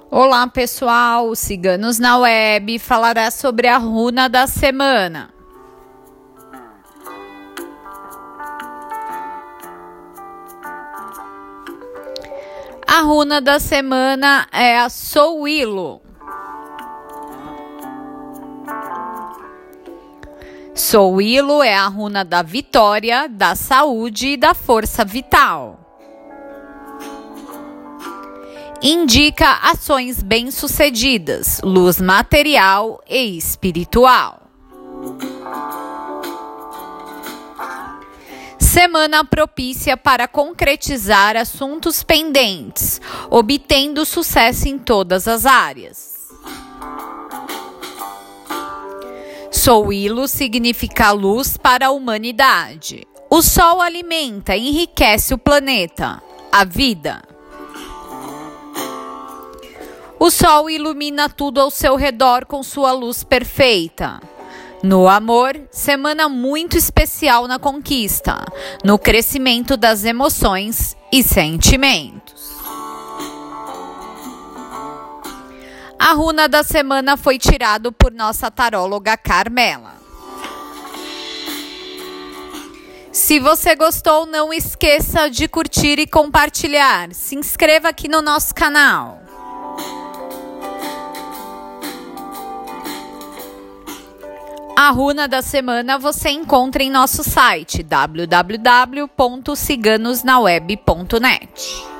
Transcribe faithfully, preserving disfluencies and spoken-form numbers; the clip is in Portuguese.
Olá pessoal, o Ciganos na Web falará sobre a runa da semana. A runa da semana é a Souilo. Souilo é a runa da vitória, da saúde e da força vital. Indica ações bem-sucedidas, luz material e espiritual. Semana propícia para concretizar assuntos pendentes, obtendo sucesso em todas as áreas. Souilo significa luz para a humanidade. O sol alimenta e enriquece o planeta, a vida. O sol ilumina tudo ao seu redor com sua luz perfeita. No amor, semana muito especial na conquista, no crescimento das emoções e sentimentos. A runa da semana foi tirada por nossa taróloga Carmela. Se você gostou, não esqueça de curtir e compartilhar. Se inscreva aqui no nosso canal. A runa da semana você encontra em nosso site w w w ponto ciganos na web ponto net.